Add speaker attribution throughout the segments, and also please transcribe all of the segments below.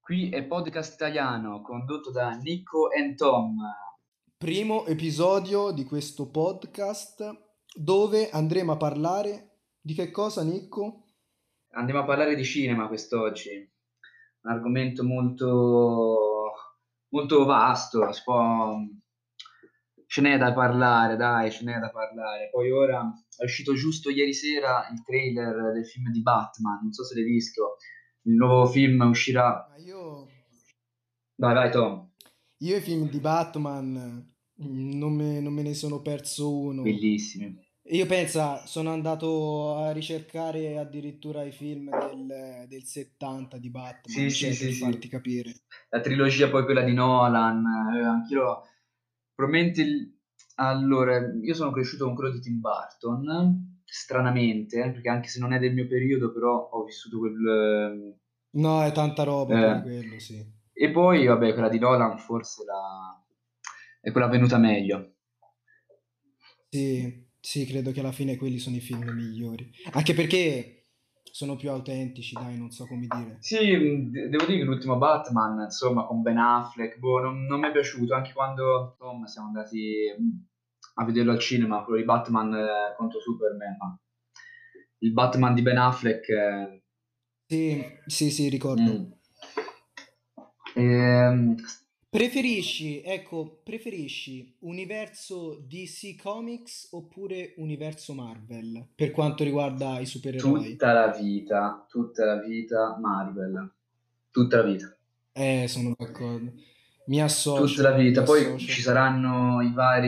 Speaker 1: Qui è Podcast Italiano, condotto da Nico e Tom.
Speaker 2: Primo episodio di questo podcast dove andremo a parlare di che cosa, Nicco?
Speaker 1: Andiamo a parlare di cinema quest'oggi, un argomento molto vasto, ce n'è da parlare, dai, ce n'è da parlare. Poi ora è uscito giusto ieri sera il trailer del film di Batman, non so se l'hai visto, il nuovo film uscirà.
Speaker 2: Ma
Speaker 1: Vai, vai Tom,
Speaker 2: io i film di Batman non me ne sono perso uno.
Speaker 1: bellissimi.
Speaker 2: Io sono andato a ricercare addirittura i film del 70 di
Speaker 1: Sì,
Speaker 2: Batman,
Speaker 1: sì,
Speaker 2: cioè
Speaker 1: sì,
Speaker 2: per farti
Speaker 1: sì.
Speaker 2: capire.
Speaker 1: La trilogia poi quella di Nolan, anch'io probabilmente allora, io sono cresciuto con quello di Tim Burton, stranamente, perché anche se non è del mio periodo, però ho vissuto
Speaker 2: No, è tanta roba pure
Speaker 1: eh,
Speaker 2: quello, sì.
Speaker 1: e poi, vabbè, quella di Nolan forse è quella venuta meglio.
Speaker 2: Sì, sì, credo che alla fine quelli sono i film migliori. Anche perché sono più autentici, dai, non so come dire.
Speaker 1: Sì, devo dire che l'ultimo Batman, insomma, con Ben Affleck, boh, non mi è piaciuto, anche quando Tom siamo andati a vederlo al cinema, quello di Batman contro Superman, ma il Batman di Ben Affleck,
Speaker 2: Sì, sì, sì,
Speaker 1: mm.
Speaker 2: ricordo.
Speaker 1: Ehm,
Speaker 2: Preferisci universo DC Comics oppure universo Marvel per quanto riguarda i supereroi?
Speaker 1: tutta la vita Marvel, tutta la vita.
Speaker 2: Sono d'accordo.
Speaker 1: Tutta la
Speaker 2: Mi
Speaker 1: vita, poi ci
Speaker 2: associo.
Speaker 1: saranno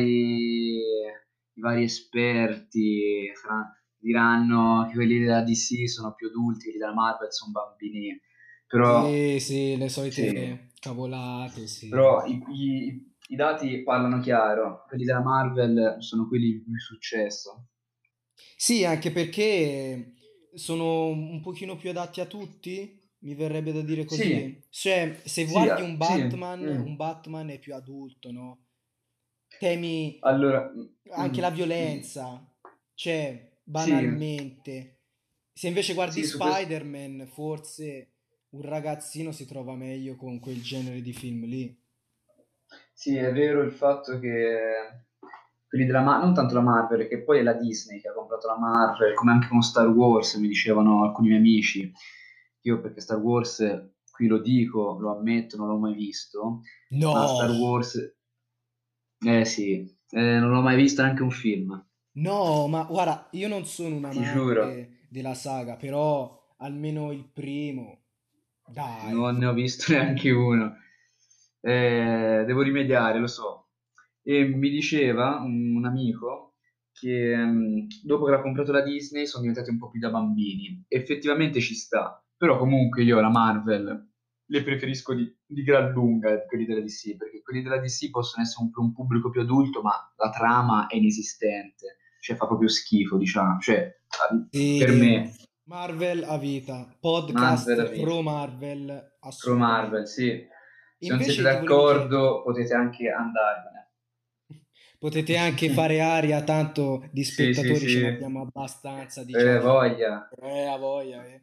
Speaker 1: i vari esperti, diranno che quelli della DC sono più adulti, quelli della Marvel sono bambini, però
Speaker 2: Sì, sì, le
Speaker 1: sì,
Speaker 2: solite cavolate, sì.
Speaker 1: però i dati parlano chiaro, quelli della Marvel sono quelli di più successo.
Speaker 2: Sì, anche perché sono un pochino più adatti a tutti, mi verrebbe da dire
Speaker 1: Sì,
Speaker 2: così. Cioè, se
Speaker 1: sì,
Speaker 2: guardi
Speaker 1: sì.
Speaker 2: Un Batman è più adulto, no? Temi
Speaker 1: Allora,
Speaker 2: anche la violenza, cioè,
Speaker 1: sì,
Speaker 2: banalmente. Se invece guardi
Speaker 1: sì, su questo.
Speaker 2: Spider-Man, forse un ragazzino si trova meglio con quel genere di film lì.
Speaker 1: Sì, è vero il fatto che quelli della non tanto la Marvel, che poi è la Disney che ha comprato la Marvel, come anche con Star Wars, mi dicevano alcuni miei amici. Io perché Star Wars, qui lo dico, lo ammetto, non l'ho mai visto, ma
Speaker 2: No!
Speaker 1: Star Wars, eh sì, non l'ho mai visto neanche un film,
Speaker 2: No, ma guarda, io non sono un
Speaker 1: ti giuro,
Speaker 2: amante della saga, però almeno il primo, dai.
Speaker 1: non ne ho visto neanche uno. Devo rimediare, lo so. E mi diceva un amico che dopo che l'ha comprato la Disney sono diventati un po' più da bambini. Effettivamente ci sta, però comunque io la Marvel le preferisco di gran lunga quelli della DC, perché quelli della DC possono essere un pubblico più adulto, ma la trama è inesistente, cioè fa proprio schifo, diciamo. Cioè, per
Speaker 2: Sì,
Speaker 1: me,
Speaker 2: Marvel a vita,
Speaker 1: Marvel a
Speaker 2: podcast
Speaker 1: vita.
Speaker 2: pro Marvel,
Speaker 1: Pro Marvel,
Speaker 2: assolutamente.
Speaker 1: sì. Se non siete
Speaker 2: Invece ti volevo chiedere,
Speaker 1: d'accordo, potete anche andarvene.
Speaker 2: potete anche fare aria, tanto di
Speaker 1: Sì, sì,
Speaker 2: spettatori ce
Speaker 1: sì.
Speaker 2: n'abbiamo abbastanza, diciamo.
Speaker 1: Voglia.
Speaker 2: A voglia, eh.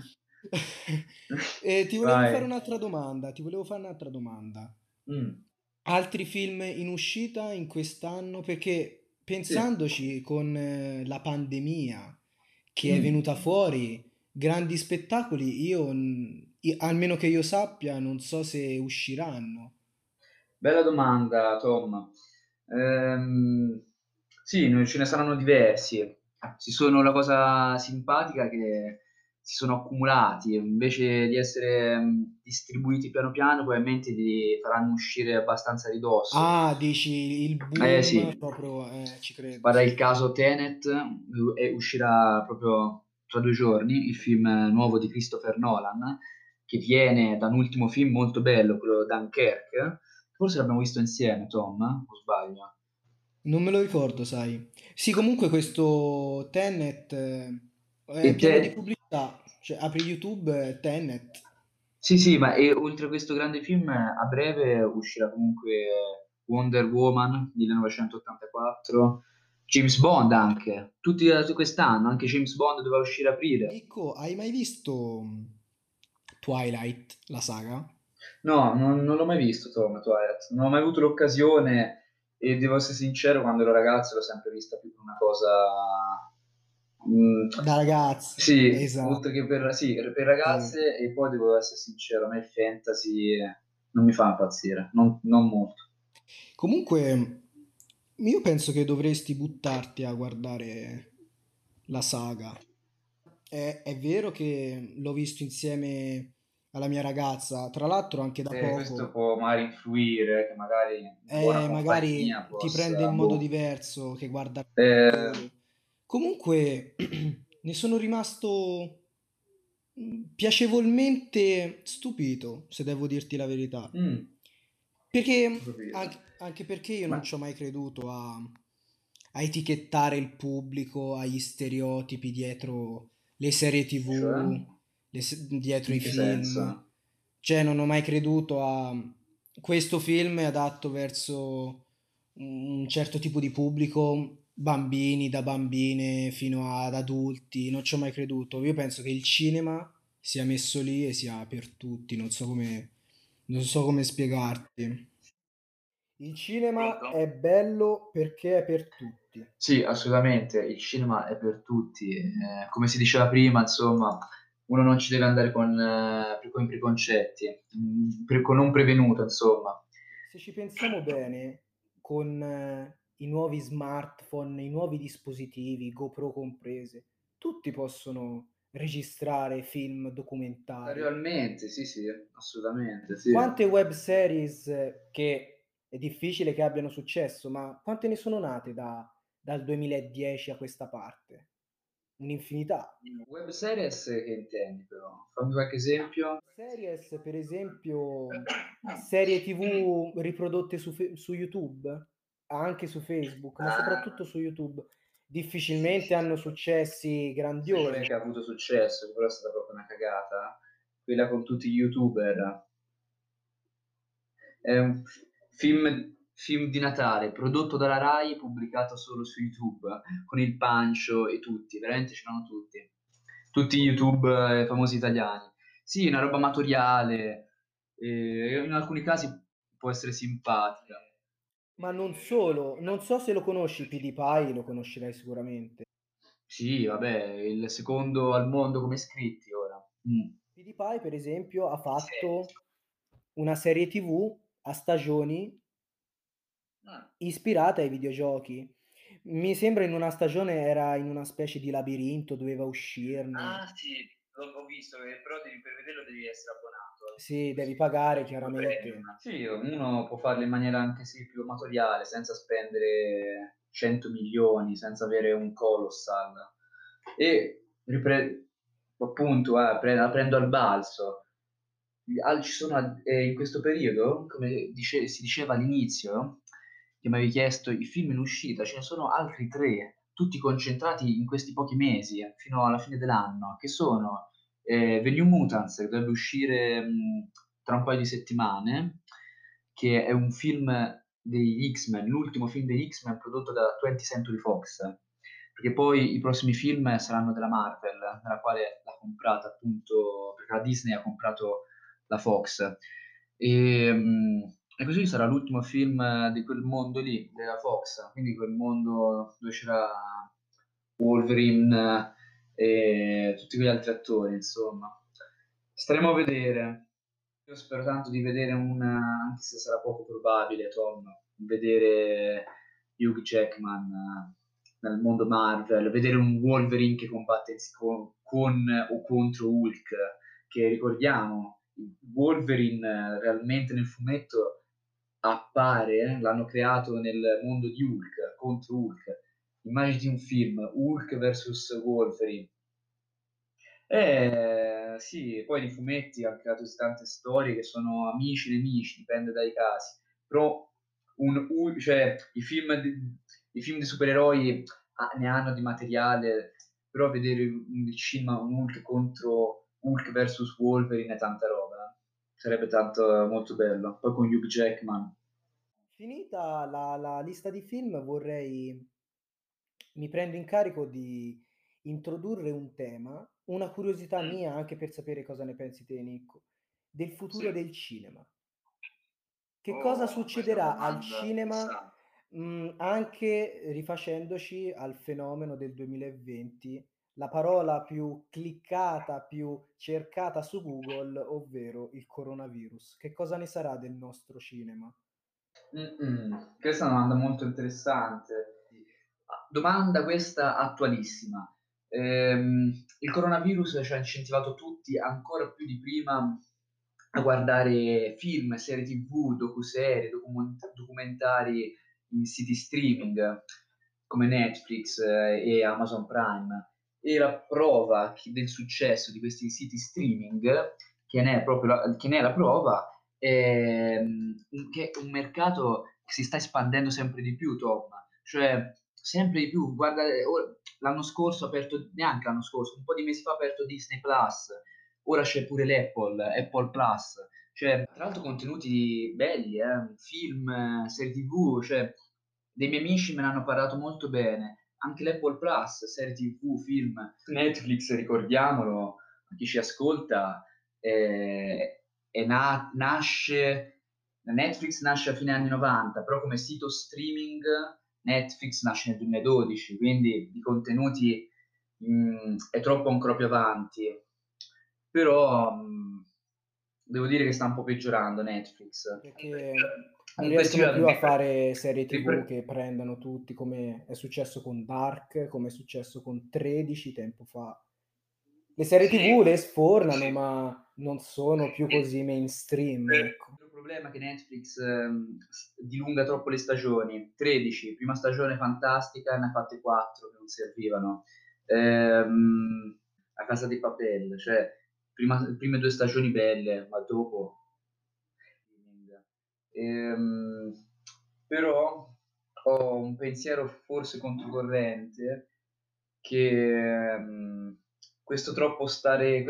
Speaker 2: E ti volevo fare
Speaker 1: Vai.
Speaker 2: un'altra domanda, ti volevo fare un'altra domanda.
Speaker 1: Mm,
Speaker 2: Altri film in uscita in quest'anno? Perché
Speaker 1: sì.
Speaker 2: pensandoci con la pandemia che è
Speaker 1: Mm.
Speaker 2: venuta fuori, grandi spettacoli, almeno che io sappia, non so se usciranno.
Speaker 1: Bella domanda, Tom. Ehm, sì, ce ne saranno diversi. La cosa simpatica è che si sono accumulati, invece di essere distribuiti piano piano, probabilmente li faranno uscire abbastanza a ridosso.
Speaker 2: Ah, dici il
Speaker 1: Eh
Speaker 2: boom,
Speaker 1: sì,
Speaker 2: proprio, ci credo,
Speaker 1: guarda il
Speaker 2: sì.
Speaker 1: caso Tenet, e uscirà proprio tra 2 giorni il film nuovo di Christopher Nolan, che viene da un ultimo film molto bello, quello Dunkirk. Forse l'abbiamo visto insieme, Tom, o sbaglio?
Speaker 2: Non me lo ricordo, sai. Sì, comunque questo Tenet
Speaker 1: E
Speaker 2: è
Speaker 1: te,
Speaker 2: pieno di pubblicità, cioè apri YouTube, Tenet.
Speaker 1: sì, sì, ma oltre a questo grande film, a breve uscirà comunque Wonder Woman 1984, James Bond anche, tutti quest'anno, anche James Bond doveva uscire a aprile.
Speaker 2: Nico, hai mai visto Twilight, la saga?
Speaker 1: No, non l'ho mai visto Tom Twilight, non ho mai avuto l'occasione e devo essere sincero, quando ero ragazzo l'ho sempre vista più come una cosa... mm,
Speaker 2: Da ragazzi,
Speaker 1: sì,
Speaker 2: esatto.
Speaker 1: oltre che per, sì, per ragazze, e poi devo essere sincero, a me il fantasy non mi fa impazzire, non molto.
Speaker 2: Comunque, io penso che dovresti buttarti a guardare la saga. È vero che l'ho visto insieme alla mia ragazza, tra l'altro anche da
Speaker 1: Questo
Speaker 2: poco,
Speaker 1: può magari influire, che magari una buona compagnia
Speaker 2: magari ti prende
Speaker 1: possa...
Speaker 2: in modo
Speaker 1: boh.
Speaker 2: diverso che guardare da
Speaker 1: Eh,
Speaker 2: solo. Comunque, ne sono rimasto piacevolmente stupito, se devo dirti la verità.
Speaker 1: mm, ho
Speaker 2: Perché,
Speaker 1: capito.
Speaker 2: anche perché io non
Speaker 1: Ma,
Speaker 2: ci ho mai creduto a etichettare il pubblico agli stereotipi dietro le serie
Speaker 1: cioè,
Speaker 2: TV, dietro i
Speaker 1: in che
Speaker 2: film.
Speaker 1: senso?
Speaker 2: Cioè, non ho mai creduto a questo film è adatto verso un certo tipo di pubblico, bambini, da bambine fino ad adulti. Non ci ho mai creduto. Io penso che il cinema sia messo lì e sia per tutti. Non so come spiegarti. Il cinema
Speaker 1: Pronto?
Speaker 2: è bello perché è per tutti.
Speaker 1: Sì, assolutamente, il cinema è per tutti. Come si diceva prima, insomma, uno non ci deve andare con i preconcetti, con non prevenuto, insomma.
Speaker 2: Se ci pensiamo bene, con i nuovi smartphone, i nuovi dispositivi, GoPro comprese, tutti possono registrare film documentari.
Speaker 1: Realmente, sì, sì, assolutamente, sì.
Speaker 2: Quante web series che è difficile che abbiano successo, ma quante ne sono nate dal 2010 a questa parte? Un'infinità.
Speaker 1: Web series che intendi, però? Fammi qualche esempio.
Speaker 2: Series, per esempio, serie TV riprodotte su YouTube, anche su Facebook, ma
Speaker 1: Ah,
Speaker 2: soprattutto su YouTube,
Speaker 1: sì,
Speaker 2: difficilmente
Speaker 1: sì.
Speaker 2: hanno successi
Speaker 1: Sai qual è
Speaker 2: grandiosi.
Speaker 1: che ha avuto successo? Che però è stata proprio una cagata? Quella con tutti gli YouTuber. È un film di Natale prodotto dalla Rai, pubblicato solo su YouTube, con il Pancio e tutti, veramente c'erano tutti. Tutti gli YouTube famosi italiani. Sì, una roba amatoriale, in alcuni casi può essere simpatica.
Speaker 2: Ma non solo, non so se lo conosci, PewDiePie, lo conoscerai sicuramente.
Speaker 1: Sì, vabbè, il secondo al mondo come iscritti ora. Mm.
Speaker 2: PewDiePie, per esempio, ha fatto una serie TV a stagioni
Speaker 1: Ah.
Speaker 2: ispirata ai videogiochi. Mi sembra in una stagione era in una specie di labirinto, doveva uscirne.
Speaker 1: Ah, sì, l'ho visto, però per vederlo devi essere abbonato.
Speaker 2: Sì, devi
Speaker 1: Così,
Speaker 2: pagare
Speaker 1: tipo premium.
Speaker 2: chiaramente.
Speaker 1: Sì, uno può farlo in maniera anche sì, più amatoriale, senza spendere 100 milioni, senza avere un colossal. E appunto, la prendo al balzo. Ci sono in questo periodo, come si diceva all'inizio, che mi avevi chiesto i film in uscita, ce ne sono altri tre, tutti concentrati in questi pochi mesi, fino alla fine dell'anno, che sono The New Mutants, che dovrebbe uscire tra un paio di settimane, che è un film degli X-Men, l'ultimo film degli X-Men prodotto da 20th Century Fox, perché poi i prossimi film saranno della Marvel, nella quale l'ha comprata appunto, perché la Disney ha comprato la Fox. E così sarà l'ultimo film di quel mondo lì, della Fox, quindi quel mondo dove c'era Wolverine e tutti quegli altri attori, insomma. Staremo a vedere. Io spero tanto di vedere anche se sarà poco probabile, Tom, vedere Hugh Jackman nel mondo Marvel, vedere un Wolverine che combatte con o contro Hulk, che ricordiamo, Wolverine realmente nel fumetto appare, l'hanno creato nel mondo di Hulk, contro Hulk. Immaginati un film, Hulk vs Wolverine. Sì, poi nei fumetti ha creato tante storie che sono amici nemici, dipende dai casi. Però cioè, i film di supereroi ne hanno di materiale, però vedere il cinema un Hulk contro Hulk versus Wolverine è tanta roba. Sarebbe tanto molto bello. Poi con Hugh Jackman.
Speaker 2: Finita la lista di film, mi prendo in carico di introdurre un tema, una curiosità
Speaker 1: Mm.
Speaker 2: mia anche per sapere cosa ne pensi te, Nico. del futuro
Speaker 1: Sì.
Speaker 2: del cinema. Che cosa
Speaker 1: Oh, questa è una
Speaker 2: succederà al
Speaker 1: domanda
Speaker 2: cinema,
Speaker 1: interessante.
Speaker 2: anche rifacendoci al fenomeno del 2020, la parola più cliccata, più cercata su Google, ovvero il coronavirus. Che cosa ne sarà del nostro cinema?
Speaker 1: Questa è una domanda molto interessante. Domanda questa attualissima. Il coronavirus ci ha incentivato tutti ancora più di prima a guardare film, serie TV, docuserie, documentari in siti streaming come Netflix e Amazon Prime. E la prova del successo di questi siti streaming, che ne è la prova, che è un mercato che si sta espandendo sempre di più, Tom. Cioè, sempre di più. Guarda, l'anno scorso ha aperto, neanche l'anno scorso, un po' di mesi fa ha aperto Disney Plus, ora c'è pure Apple Plus. Cioè, tra l'altro contenuti belli, film, serie TV, cioè, dei miei amici me ne hanno parlato molto bene. Anche l'Apple Plus, serie TV, film, Netflix, ricordiamolo, a chi ci ascolta, nasce, Netflix nasce a fine anni 90, però come sito streaming Netflix nasce nel 2012, quindi i contenuti è troppo ancora più avanti. Però devo dire che sta un po' peggiorando Netflix.
Speaker 2: Perché non
Speaker 1: Comunque
Speaker 2: riescono
Speaker 1: sia,
Speaker 2: più a fare serie TV
Speaker 1: ripre-
Speaker 2: che prendano tutti, come è successo con Dark, come è successo con 13 tempo fa. Le serie
Speaker 1: sì,
Speaker 2: TV le sfornano,
Speaker 1: sì.
Speaker 2: ma non sono più così mainstream, ecco.
Speaker 1: Il problema è che Netflix dilunga troppo le stagioni. 13, prima stagione fantastica, ne ha fatte 4 che non servivano. La Casa di Papel, cioè prime due stagioni belle, ma dopo. Ehm, Però ho un pensiero forse controcorrente che questo troppo stare,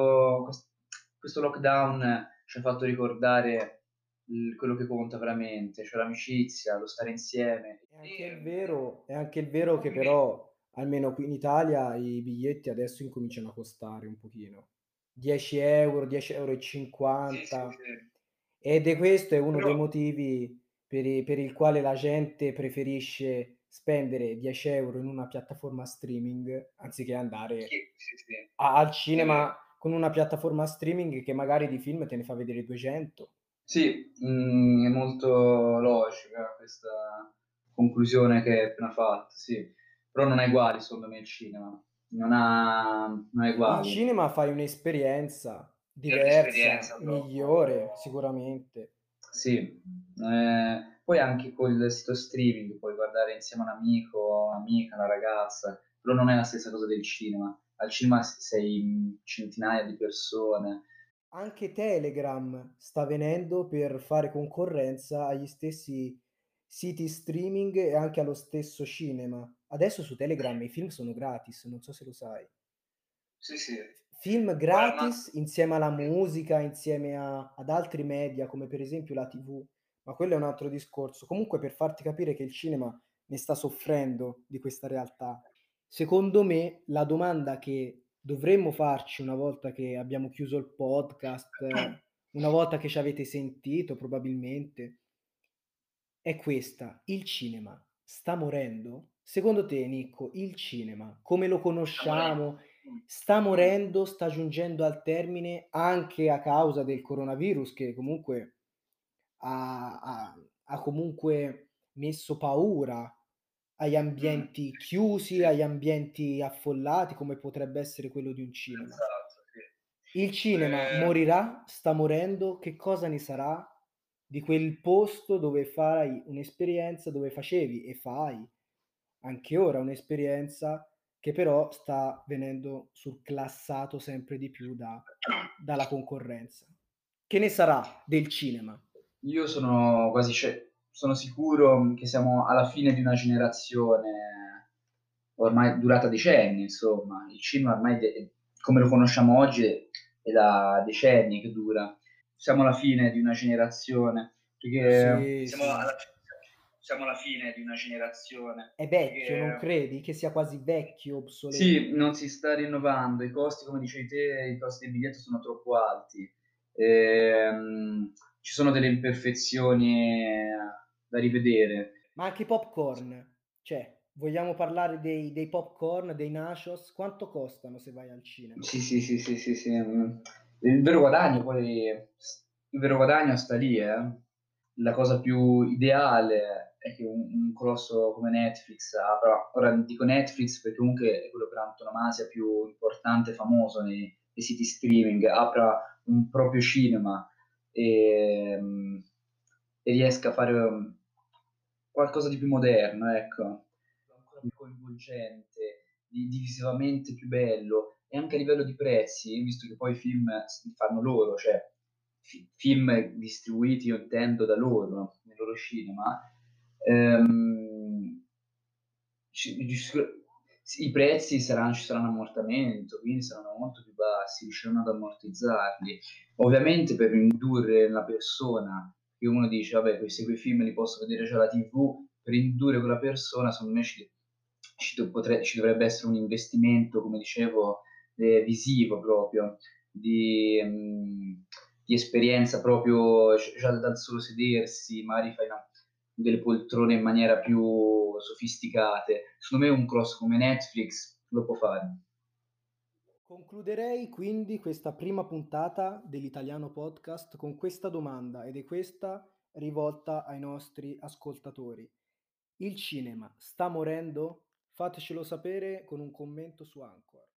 Speaker 1: questo lockdown ci ha fatto ricordare quello che conta veramente, cioè l'amicizia, lo stare insieme.
Speaker 2: È anche il vero che però, almeno qui in Italia, i biglietti adesso incominciano a costare un pochino. 10 €, 10,50
Speaker 1: Sì, sì,
Speaker 2: €
Speaker 1: sì.
Speaker 2: ed è questo è uno dei
Speaker 1: Però
Speaker 2: motivi per il quale la gente preferisce spendere 10 € in una piattaforma streaming anziché andare
Speaker 1: sì, sì, sì,
Speaker 2: al
Speaker 1: è vero.
Speaker 2: cinema con una piattaforma streaming che magari di film te ne fa vedere 200.
Speaker 1: Sì, è molto logica questa conclusione che hai appena fatto, sì. Però non è uguale, secondo me, il cinema. Non è
Speaker 2: Il
Speaker 1: uguale.
Speaker 2: cinema fai un'esperienza
Speaker 1: È un'esperienza
Speaker 2: diversa, migliore
Speaker 1: troppo.
Speaker 2: sicuramente.
Speaker 1: Sì, poi anche col sito streaming puoi guardare insieme a un amico, un'amica, una ragazza, però non è la stessa cosa del cinema. Al cinema sei in centinaia di persone.
Speaker 2: Anche Telegram sta venendo per fare concorrenza agli stessi siti streaming e anche allo stesso cinema. Adesso su Telegram i film sono gratis, non so se lo sai.
Speaker 1: Sì, sì.
Speaker 2: Film
Speaker 1: Guarda, ma
Speaker 2: gratis insieme alla musica, insieme ad altri media come per esempio la TV, ma quello è un altro discorso. Comunque per farti capire che il cinema ne sta soffrendo di questa realtà. Secondo me la domanda che dovremmo farci una volta che abbiamo chiuso il podcast, una volta che ci avete sentito probabilmente, è questa: il cinema sta morendo? Secondo te, Nicco, il cinema, come lo
Speaker 1: sta morendo.
Speaker 2: conosciamo, sta morendo, sta giungendo al termine anche a causa del coronavirus che comunque ha comunque messo paura agli
Speaker 1: Mm.
Speaker 2: ambienti chiusi,
Speaker 1: Sì,
Speaker 2: agli ambienti affollati, come potrebbe essere quello di un cinema.
Speaker 1: senz'altro, sì.
Speaker 2: Il cinema morirà? Sta morendo? Che cosa ne sarà di quel posto dove fai un'esperienza, dove facevi e fai anche ora un'esperienza che però sta venendo surclassato sempre di più dalla concorrenza. Che ne sarà del cinema?
Speaker 1: Io sono sono sicuro che siamo alla fine di una generazione ormai durata decenni, insomma. Il cinema ormai, come lo conosciamo oggi, è da decenni che dura. Siamo alla fine di una generazione, perché
Speaker 2: Sì, sì.
Speaker 1: siamo alla fine di una generazione,
Speaker 2: È vecchio, non
Speaker 1: perché
Speaker 2: credi? Che sia quasi vecchio, obsoleto.
Speaker 1: sì, non si sta rinnovando, i costi, come dicevi te, i costi del biglietto sono troppo alti. Ci sono delle imperfezioni da rivedere.
Speaker 2: Ma anche i popcorn, cioè, vogliamo parlare dei popcorn, dei nachos, quanto costano se vai al cinema?
Speaker 1: Sì, sì, sì, sì, sì, sì. Il vero guadagno poi, il vero guadagno sta lì, eh. La cosa più ideale è che un colosso come Netflix apra, ora dico Netflix perché comunque è quello per antonomasia più importante e famoso nei siti streaming, apra un proprio cinema e, e riesca a fare qualcosa di più moderno, ecco, ancora più coinvolgente, visivamente più bello e anche a livello di prezzi, visto che poi i film si fanno loro, cioè film distribuiti, io intendo da loro, nel loro cinema, ehm, sì, i prezzi ci sarà un ammortamento, quindi saranno molto più bassi, riusciranno ad ammortizzarli. Ovviamente per indurre la persona, che uno dice, vabbè, quei film li posso vedere già alla TV, per indurre quella persona, secondo me ci dovrebbe essere un investimento, come dicevo, visivo proprio, di esperienza proprio già dal solo sedersi, magari fai delle poltrone in maniera più sofisticate. Secondo me un colosso come Netflix lo può fare.
Speaker 2: Concluderei quindi questa prima puntata dell'Italiano Podcast con questa domanda ed è questa rivolta ai nostri ascoltatori. Il cinema sta morendo? Fatecelo sapere con un commento su Anchor.